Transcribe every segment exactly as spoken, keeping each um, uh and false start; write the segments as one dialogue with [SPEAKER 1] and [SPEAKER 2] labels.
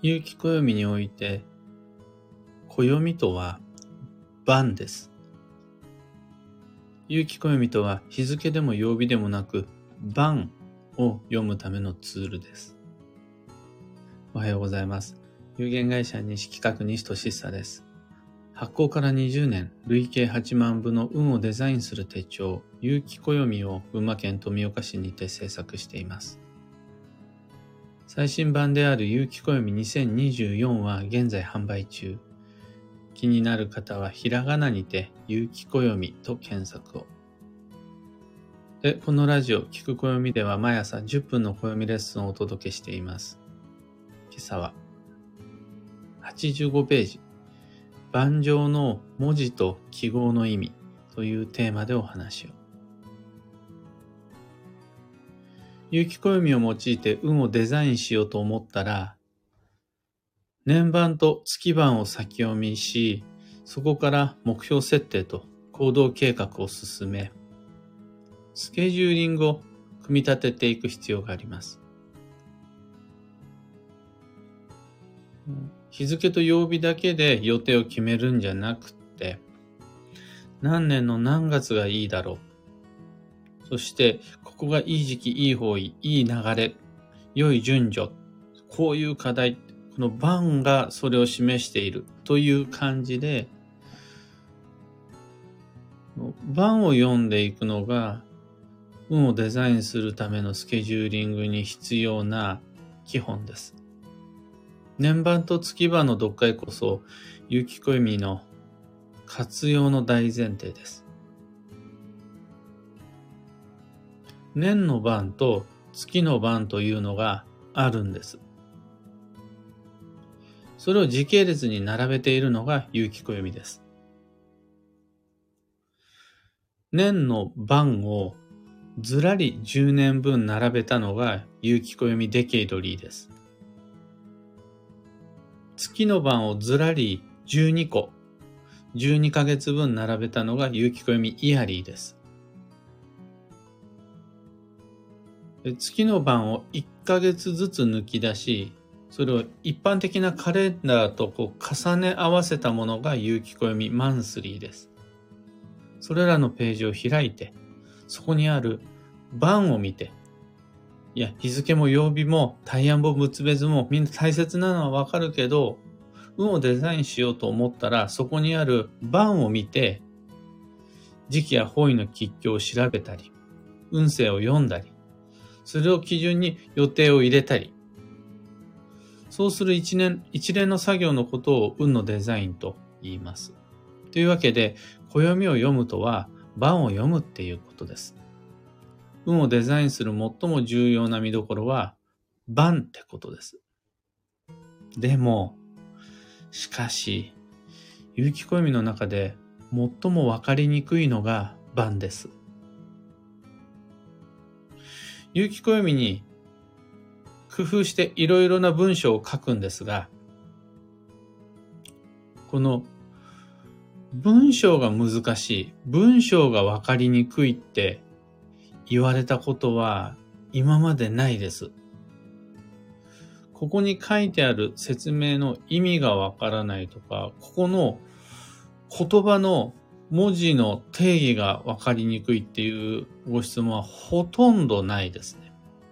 [SPEAKER 1] 有機暦において、暦とは晩です。有機暦とは日付でも曜日でもなく、晩を読むためのツールです。おはようございます。有限会社西企画西俊久です。発行からにじゅうねん、累計はちまんぶの運をデザインする手帳、有機暦を群馬県富岡市にて制作しています。最新版である有機暦にせんにじゅうよんは現在販売中。気になる方はひらがなにて有機暦と検索を。で、このラジオ、聞く暦では毎朝じゅっぷんの暦レッスンをお届けしています。今朝ははちじゅうごページ、盤上の文字と記号の意味というテーマでお話を。有機暦を用いて運をデザインしようと思ったら、年番と月番を先読みし、そこから目標設定と行動計画を進め、スケジューリングを組み立てていく必要があります。日付と曜日だけで予定を決めるんじゃなくて、何年の何月がいいだろう。そして、ここがいい時期、いい方位、いい流れ、良い順序、こういう課題、この番がそれを示しているという感じで、番を読んでいくのが、運をデザインするためのスケジューリングに必要な基本です。年番と月番の読解こそ、有機暦の活用の大前提です。年の番と月の番というのがあるんです。それを時系列に並べているのが有機暦です。年の番をずらりじゅうねんぶん並べたのが有機暦デケイドリーです。月の番をずらりじゅうにこ、じゅうにかげつぶん並べたのが有機暦イヤリーです。月の番をいっかげつずつ抜き出し、それを一般的なカレンダーとこう重ね合わせたものが有機暦マンスリーです。それらのページを開いて、そこにある番を見て、いや、日付も曜日も大安も仏別もみんな大切なのはわかるけど、運をデザインしようと思ったら、そこにある番を見て、時期や方位の吉凶を調べたり、運勢を読んだり、それを基準に予定を入れたり、そうする一年、一連の作業のことを運のデザインと言います。というわけで、暦を読むとは、番を読むっていうことです。運をデザインする最も重要な見どころは、番ってことです。でも、しかし、有機暦の中で最もわかりにくいのが番です。有機暦に工夫していろいろな文章を書くんですが、この文章が難しい、文章がわかりにくいって言われたことは今までないです。ここに書いてある説明の意味がわからないとか、ここの言葉の文字の定義がわかりにくいっていうご質問はほとんどないですね。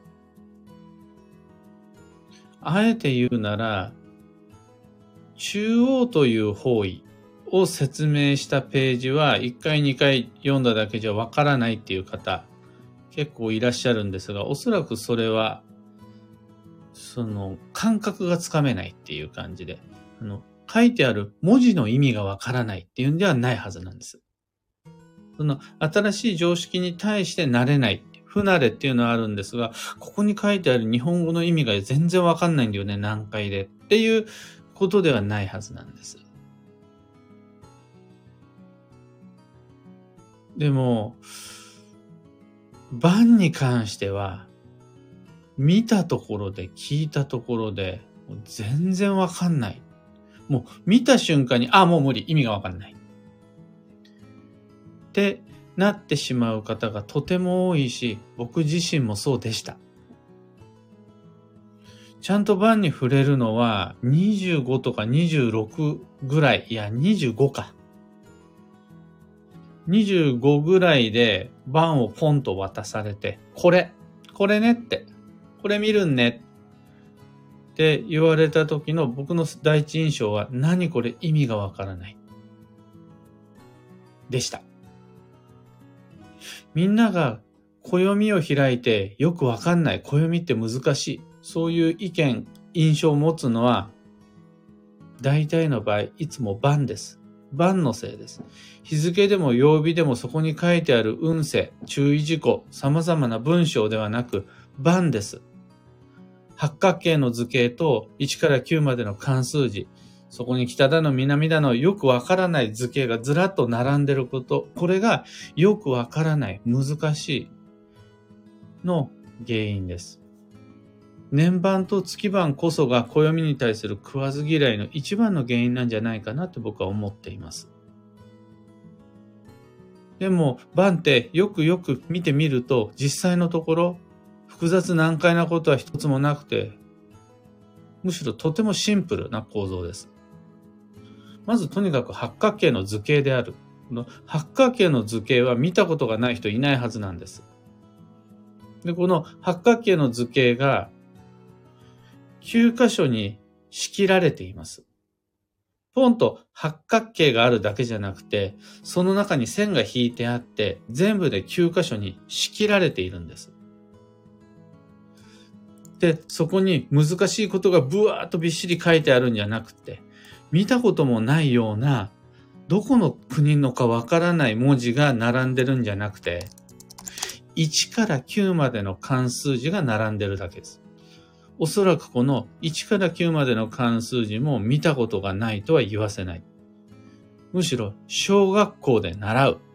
[SPEAKER 1] あえて言うなら、中央という方位を説明したページはいっかいにかい読んだだけじゃわからないっていう方結構いらっしゃるんですが、おそらくそれはその感覚がつかめないっていう感じで、あの書いてある文字の意味がわからないっていうんではないはずなんです。その新しい常識に対して慣れない、不慣れっていうのはあるんですが、ここに書いてある日本語の意味が全然わかんないんだよね、難解でっていうことではないはずなんです。でも、番に関しては、見たところで聞いたところで全然わかんない。もう見た瞬間に、あ、もう無理、意味がわかんない。ってなってしまう方がとても多いし、僕自身もそうでした。 ちゃんと盤に触れるのはにじゅうごとかにじゅうろくぐらい、いやにじゅうごか。にじゅうごぐらいで盤をポンと渡されて、これ、これねって、これ見るんねって言われた時の僕の第一印象は、何これ意味がわからない。でした。みんなが暦を開いてよくわかんない、暦って難しい、そういう意見、印象を持つのは、大体の場合、いつも盤です。盤のせいです。日付でも曜日でもそこに書いてある運勢、注意事項、様々な文章ではなく、盤です。八角形の図形といちからきゅうまでの漢数字、そこに北だの南だのよくわからない図形がずらっと並んでること、これがよくわからない、難しいの原因です。年番と月番こそが暦に対する食わず嫌いの一番の原因なんじゃないかなと僕は思っています。でも番ってよくよく見てみると、実際のところ複雑難解なことは一つもなくて、むしろとてもシンプルな構造です。まずとにかく八角形の図形である。八角形の図形は見たことがない人いないはずなんです。で、この八角形の図形がきゅう箇所に仕切られています。ポンと八角形があるだけじゃなくて、その中に線が引いてあって、全部できゅう箇所に仕切られているんです。で、そこに難しいことがブワーッとびっしり書いてあるんじゃなくて、見たこともないような、どこの国のかわからない文字が並んでるんじゃなくて、いちからきゅうまでの漢数字が並んでるだけです。おそらくこのいちからきゅうまでの漢数字も見たことがないとは言わせない。むしろ小学校で習う。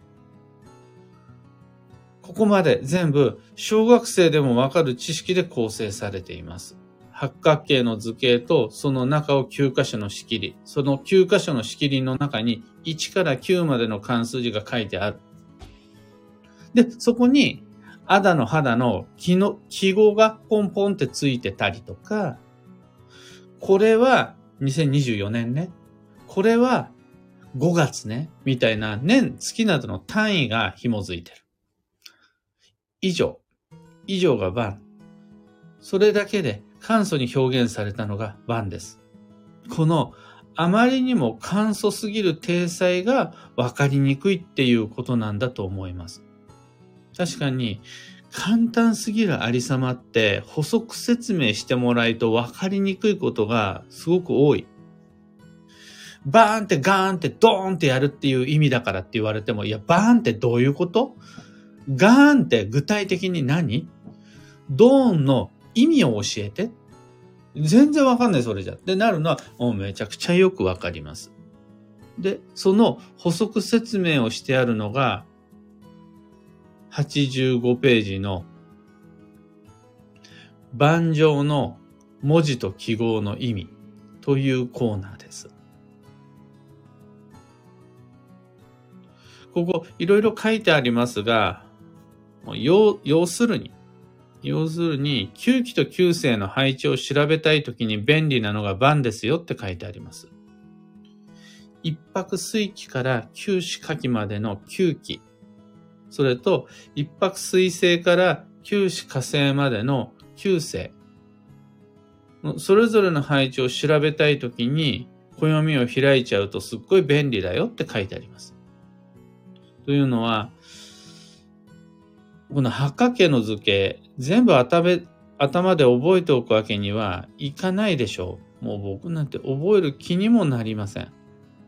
[SPEAKER 1] ここまで全部小学生でもわかる知識で構成されています。八角形の図形とその中をきゅう箇所の仕切り、そのきゅう箇所の仕切りの中にいちからきゅうまでの漢数字が書いてある。で、そこにあだの肌の記の記号がポンポンってついてたりとか、これはにせんにじゅうよねんね。これはごがつね。みたいな年、月などの単位が紐づいてる。以上。以上が番。それだけで簡素に表現されたのが番です。このあまりにも簡素すぎる体裁が分かりにくいっていうことなんだと思います。確かに簡単すぎるありさまって補足説明してもらいと分かりにくいことがすごく多い。バーンってガーンってドーンってやるっていう意味だからって言われても、いやバーンってどういうこと？ガーンって具体的に何？ドーンの意味を教えて。全然わかんないそれじゃ。ってなるのはもうめちゃくちゃよくわかります。で、その補足説明をしてあるのがはちじゅうごページの盤上の文字と記号の意味というコーナーです。ここいろいろ書いてありますが、要、要するに、要するに、旧期と旧世の配置を調べたいときに便利なのが番ですよって書いてあります。一泊水期から九四夏期までの旧期。それと、一泊水星から九四火星までの九星。それぞれの配置を調べたいときに、暦を開いちゃうとすっごい便利だよって書いてあります。というのは、この八角形の図形、全部頭、頭で覚えておくわけにはいかないでしょう。もう僕なんて覚える気にもなりません。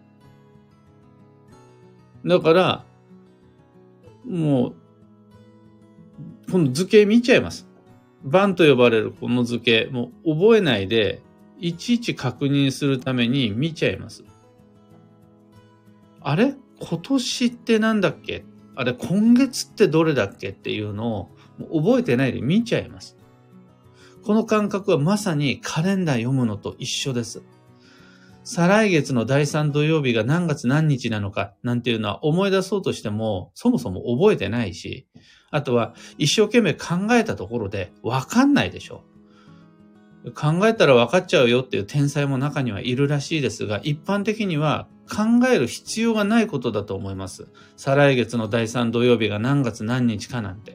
[SPEAKER 1] だから、もう、この図形見ちゃいます。番と呼ばれるこの図形、もう覚えないで、いちいち確認するために見ちゃいます。あれ？今年ってなんだっけ？あれ、今月ってどれだっけっていうのを覚えてないで見ちゃいます。この感覚はまさにカレンダー読むのと一緒です。再来月のだいさん土曜日が何月何日なのかなんていうのは思い出そうとしてもそもそも覚えてないし、あとは一生懸命考えたところでわかんないでしょ。 考えたら分かっちゃうよっていう天才も中にはいるらしいですが、一般的には考える必要がないことだと思います。再来月のだいさん土曜日が何月何日かなんて。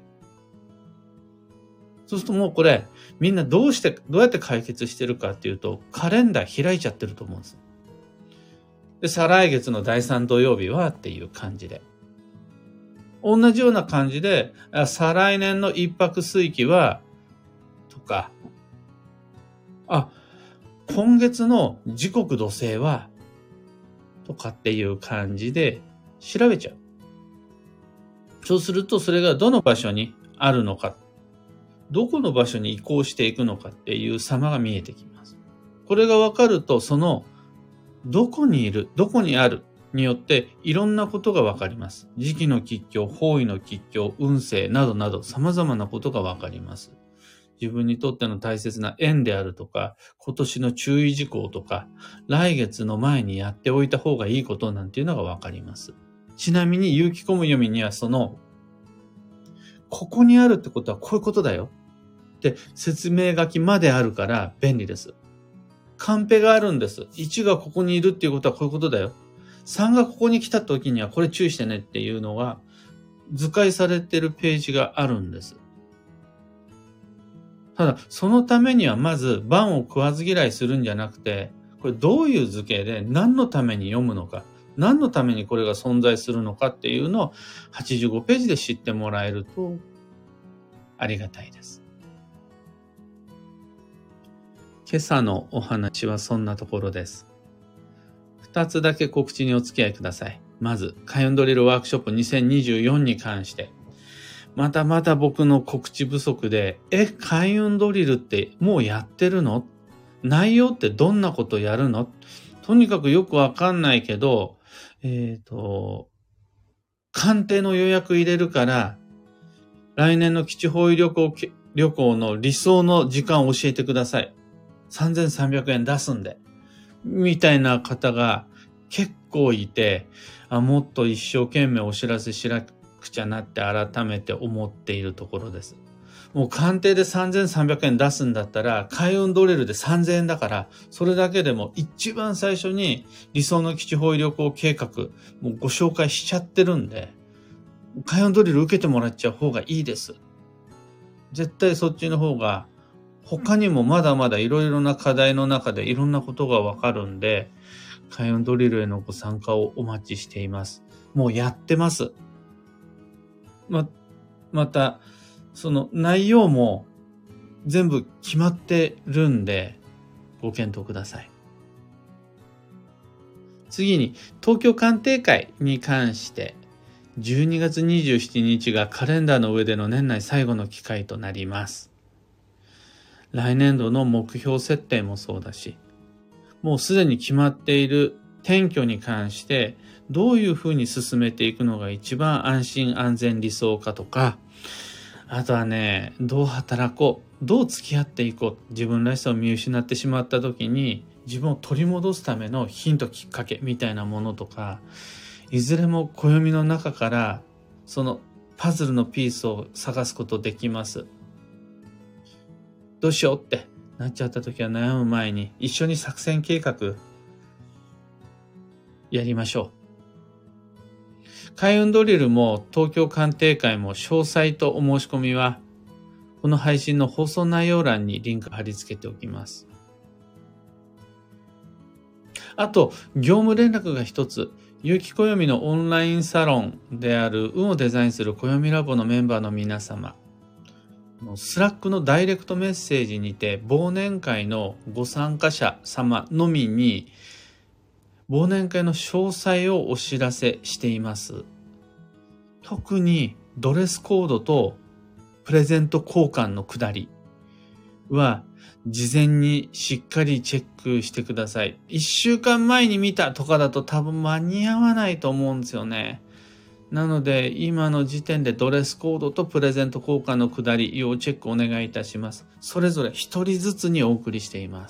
[SPEAKER 1] そうするともうこれ、みんなどうして、どうやって解決してるかっていうと、カレンダー開いちゃってると思うんです。で、再来月のだいさん土曜日はっていう感じで。同じような感じで、再来年の一泊水期は、とか、あ、今月の時刻土星は、とかっていう感じで調べちゃう。そうすると、それがどの場所にあるのか、どこの場所に移行していくのかっていう様が見えてきます。これが分かると、その、どこにいる、どこにあるによっていろんなことが分かります。時期の吉凶、方位の吉凶、運勢などなど様々なことが分かります。自分にとっての大切な縁であるとか、今年の注意事項とか、来月の前にやっておいた方がいいことなんていうのが分かります。ちなみに、有機込む読みにはその、ここにあるってことはこういうことだよって説明書きまであるから便利です。カンペがあるんです。いちがここにいるっていうことはこういうことだよ。さんがここに来た時にはこれ注意してねっていうのが図解されてるページがあるんです。ただ、そのためにはまず番を食わず嫌いするんじゃなくて、これどういう図形で何のために読むのか、何のためにこれが存在するのかっていうのをはちじゅうごページで知ってもらえるとありがたいです。今朝のお話はそんなところです。二つだけ告知にお付き合いください。まず、開運ドリルワークショップにせんにじゅうよんに関して、またまた僕の告知不足で、え、開運ドリルってもうやってるの？内容ってどんなことやるの？とにかくよくわかんないけど、えっと、鑑定の予約入れるから、来年の基地方位旅行、旅行の理想の時間を教えてください。さんぜんさんびゃくえん出すんで。みたいな方が結構いて、あ、もっと一生懸命お知らせしなくちゃなって改めて思っているところです。もう鑑定でさんぜんさんびゃくえん出すんだったら、開運ドリルでさんぜんえんだから、それだけでも一番最初に理想の基地方位旅行計画、もうご紹介しちゃってるんで、開運ドリル受けてもらっちゃう方がいいです。絶対そっちの方が、他にもまだまだいろいろな課題の中でいろんなことがわかるんで、開運ドリルへのご参加をお待ちしています。もうやってます。ま、また、その内容も全部決まってるんで、ご検討ください。次に、東京鑑定会に関して、じゅうにがつにじゅうしちにちがカレンダーの上での年内最後の機会となります。来年度の目標設定もそうだし、もうすでに決まっている転居に関してどういうふうに進めていくのが一番安心安全理想かとか、あとはね、どう働こう、どう付き合っていこう、自分らしさを見失ってしまった時に自分を取り戻すためのヒントきっかけみたいなものとか、いずれも暦の中からそのパズルのピースを探すことできます。どうしようってなっちゃった時は悩む前に一緒に作戦計画やりましょう。開運ドリルも東京鑑定会も詳細とお申し込みはこの配信の放送内容欄にリンク貼り付けておきます。あと、業務連絡が一つ。有機暦のオンラインサロンである運をデザインする暦ラボのメンバーの皆様、スラックのダイレクトメッセージにて忘年会のご参加者様のみに忘年会の詳細をお知らせしています。特にドレスコードとプレゼント交換のくだりは事前にしっかりチェックしてください。いっしゅうかんまえに見たとかだと多分間に合わないと思うんですよね。なので今の時点でドレスコードとプレゼント交換のくだり要チェックお願いいたします。それぞれ一人ずつにお送りしています。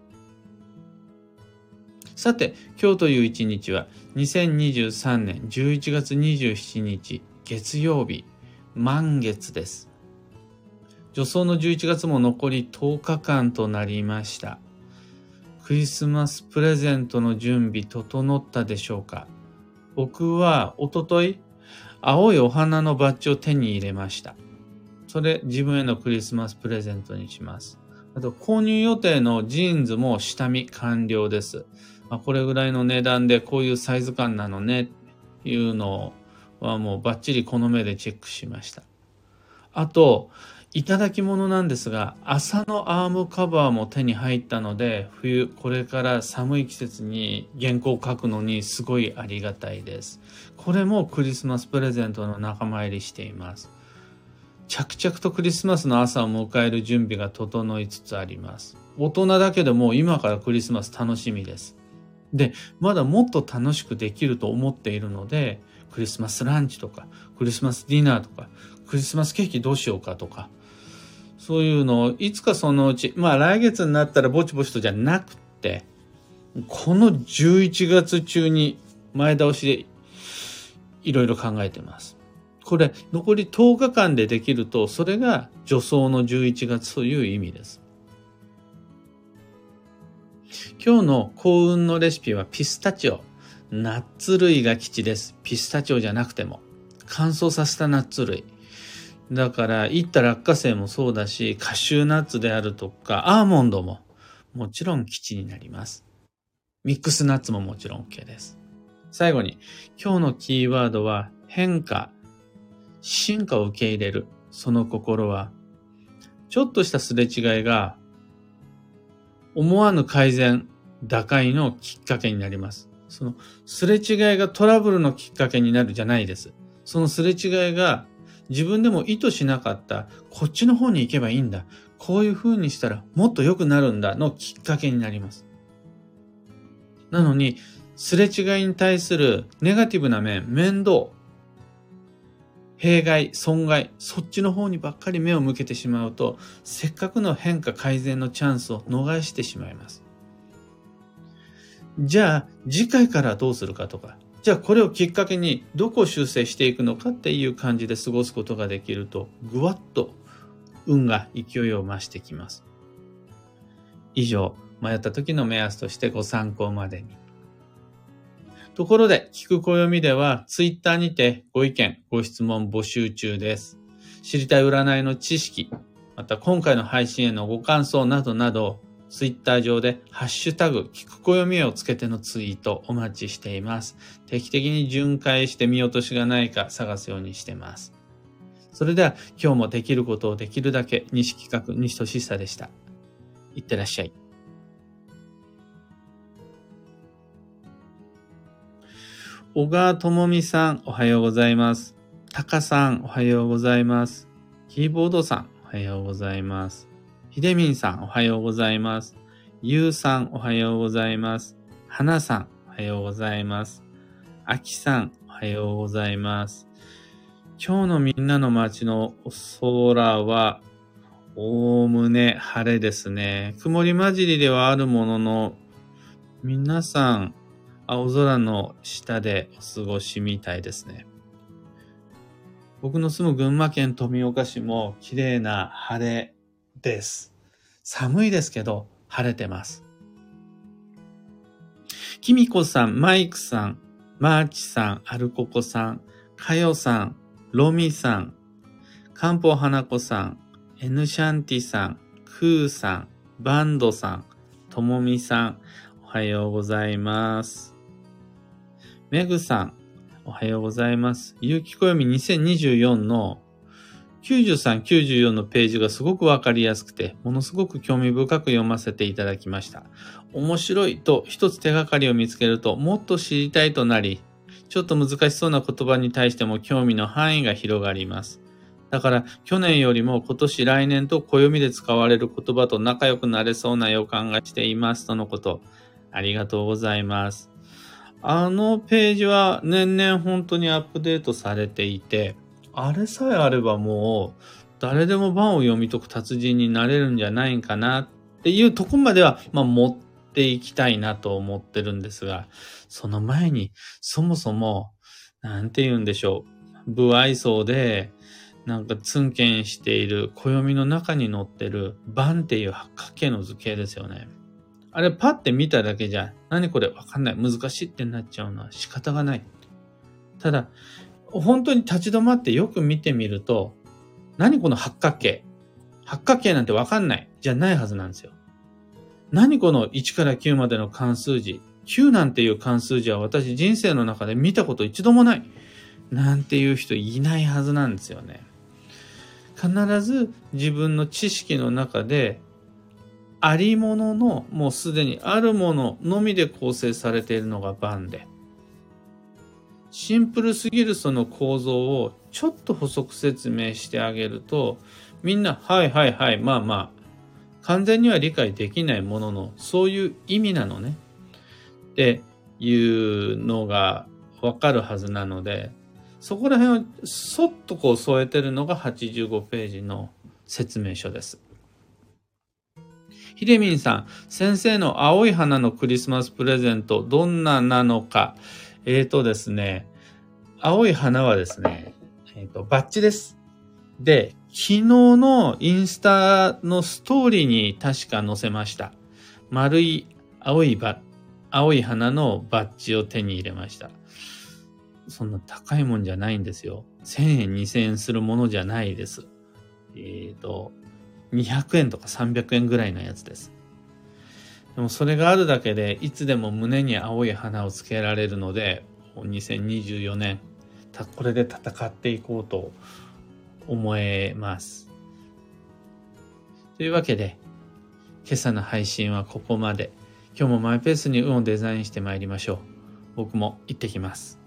[SPEAKER 1] さて、今日という一日はにせんにじゅうさんねんじゅういちがつにじゅうしちにち月曜日、満月です。 助走のじゅういちがつも残りとおかかんとなりました。クリスマスプレゼントの準備整ったでしょうか？僕はおととい、青いお花のバッジを手に入れました。それ自分へのクリスマスプレゼントにします。あと購入予定のジーンズも下見完了です。まあ、これぐらいの値段でこういうサイズ感なのねっていうのはもうバッチリこの目でチェックしました。あと、いただき物なんですが、麻のアームカバーも手に入ったので、冬これから寒い季節に原稿を書くのにすごいありがたいです。これもクリスマスプレゼントの仲間入りしています。着々とクリスマスの朝を迎える準備が整いつつあります。大人だけでも今からクリスマス楽しみです。で、まだもっと楽しくできると思っているので、クリスマスランチとか、クリスマスディナーとか、クリスマスケーキどうしようかとか、そういうのをいつかそのうち、まあ来月になったらぼちぼちとじゃなくて、このじゅういちがつ中に前倒しでいろいろ考えてます。これ残りとおかかんでできると、それが助走のじゅういちがつという意味です。今日の幸運のレシピはピスタチオ。ナッツ類が吉です。ピスタチオじゃなくても。乾燥させたナッツ類。だから、いった落花生もそうだし、カシューナッツであるとか、アーモンドももちろん吉になります。ミックスナッツももちろん OK です。最後に、今日のキーワードは変化、進化を受け入れる。その心は、ちょっとしたすれ違いが思わぬ改善、打開のきっかけになります。そのすれ違いがトラブルのきっかけになるじゃないです。そのすれ違いが自分でも意図しなかった、こっちの方に行けばいいんだ。こういう風にしたらもっと良くなるんだのきっかけになります。なのに、すれ違いに対するネガティブな面、面倒、弊害、損害、そっちの方にばっかり目を向けてしまうと、せっかくの変化改善のチャンスを逃してしまいます。じゃあ、次回からどうするかとか、じゃあこれをきっかけにどこを修正していくのかっていう感じで過ごすことができると、ぐわっと運が勢いを増してきます。以上、迷った時の目安としてご参考までに。ところで、聞く暦では、ツイッターにてご意見、ご質問募集中です。知りたい占いの知識、また今回の配信へのご感想などなど、ツイッター上でハッシュタグ、聞く暦をつけてのツイートお待ちしています。定期的に巡回して見落としがないか探すようにしてます。それでは、今日もできることをできるだけ、西企画、西俊久でした。いってらっしゃい。小川智美さん、おはようございます。タカさん、おはようございます。キーボードさん、おはようございます。ひでみんさん、おはようございます。ゆうさん、おはようございます。はなさん、おはようございます。あきさん、おはようございます。今日のみんなの街の空は、おおむね晴れですね。曇り混じりではあるものの、皆さん、青空の下でお過ごしみたいですね。僕の住む群馬県富岡市も綺麗な晴れです。寒いですけど晴れてます。きみこさん、マイクさん、マーチさん、アルココさん、かよさん、ロミさん、かんぽうはなこさん、エヌシャンティさん、クーさん、バンドさん、ともみさん、おはようございます。メグさん、おはようございます。ゆうきこよみにせんにじゅうよんのきゅうじゅうさん、きゅうじゅうよんのページがすごくわかりやすくて、ものすごく興味深く読ませていただきました。面白いと一つ手がかりを見つけると、もっと知りたいとなり、ちょっと難しそうな言葉に対しても興味の範囲が広がります。だから去年よりも今年来年と暦で使われる言葉と仲良くなれそうな予感がしていますとのこと。ありがとうございます。あのページは年々本当にアップデートされていて、あれさえあればもう誰でも盤を読み解く達人になれるんじゃないかなっていうところまでは、まあ、持っていきたいなと思ってるんですが、その前にそもそもなんて言うんでしょう、不愛想でなんかツンケンしている暦の中に載ってる盤っていう八角形の図形ですよね。あれパッて見ただけじゃ、何これわかんない、難しいってなっちゃうのは仕方がない。ただ、本当に立ち止まってよく見てみると、何この八角形。八角形なんてわかんない。じゃないはずなんですよ。何このいちからきゅうまでの漢数字。きゅうなんていう漢数字は私人生の中で見たこと一度もない。なんていう人いないはずなんですよね。必ず自分の知識の中で、ありものの、もうすでにあるもののみで構成されているのが盤で、シンプルすぎるその構造をちょっと補足説明してあげると、みんな、はいはいはい、まあまあ、完全には理解できないものの、そういう意味なのね。っていうのがわかるはずなので、そこら辺をそっとこう添えてるのがはちじゅうごページの説明書です。ひでみんさん、先生の青い花のクリスマスプレゼント、どんななのか。えーとですね、青い花はですね、えーと、バッジです。で、昨日のインスタのストーリーに確か載せました。丸い青いバ、青い花のバッジを手に入れました。そんな高いもんじゃないんですよ。せんえん、にせんえんするものじゃないです。えーと、にひゃくえんとかさんびゃくえんぐらいのやつです。でもそれがあるだけでいつでも胸に青い花をつけられるので、にせんにじゅうよねん、これで戦っていこうと思えます。というわけで、今朝の配信はここまで。今日もマイペースに運をデザインしてまいりましょう。僕も行ってきます。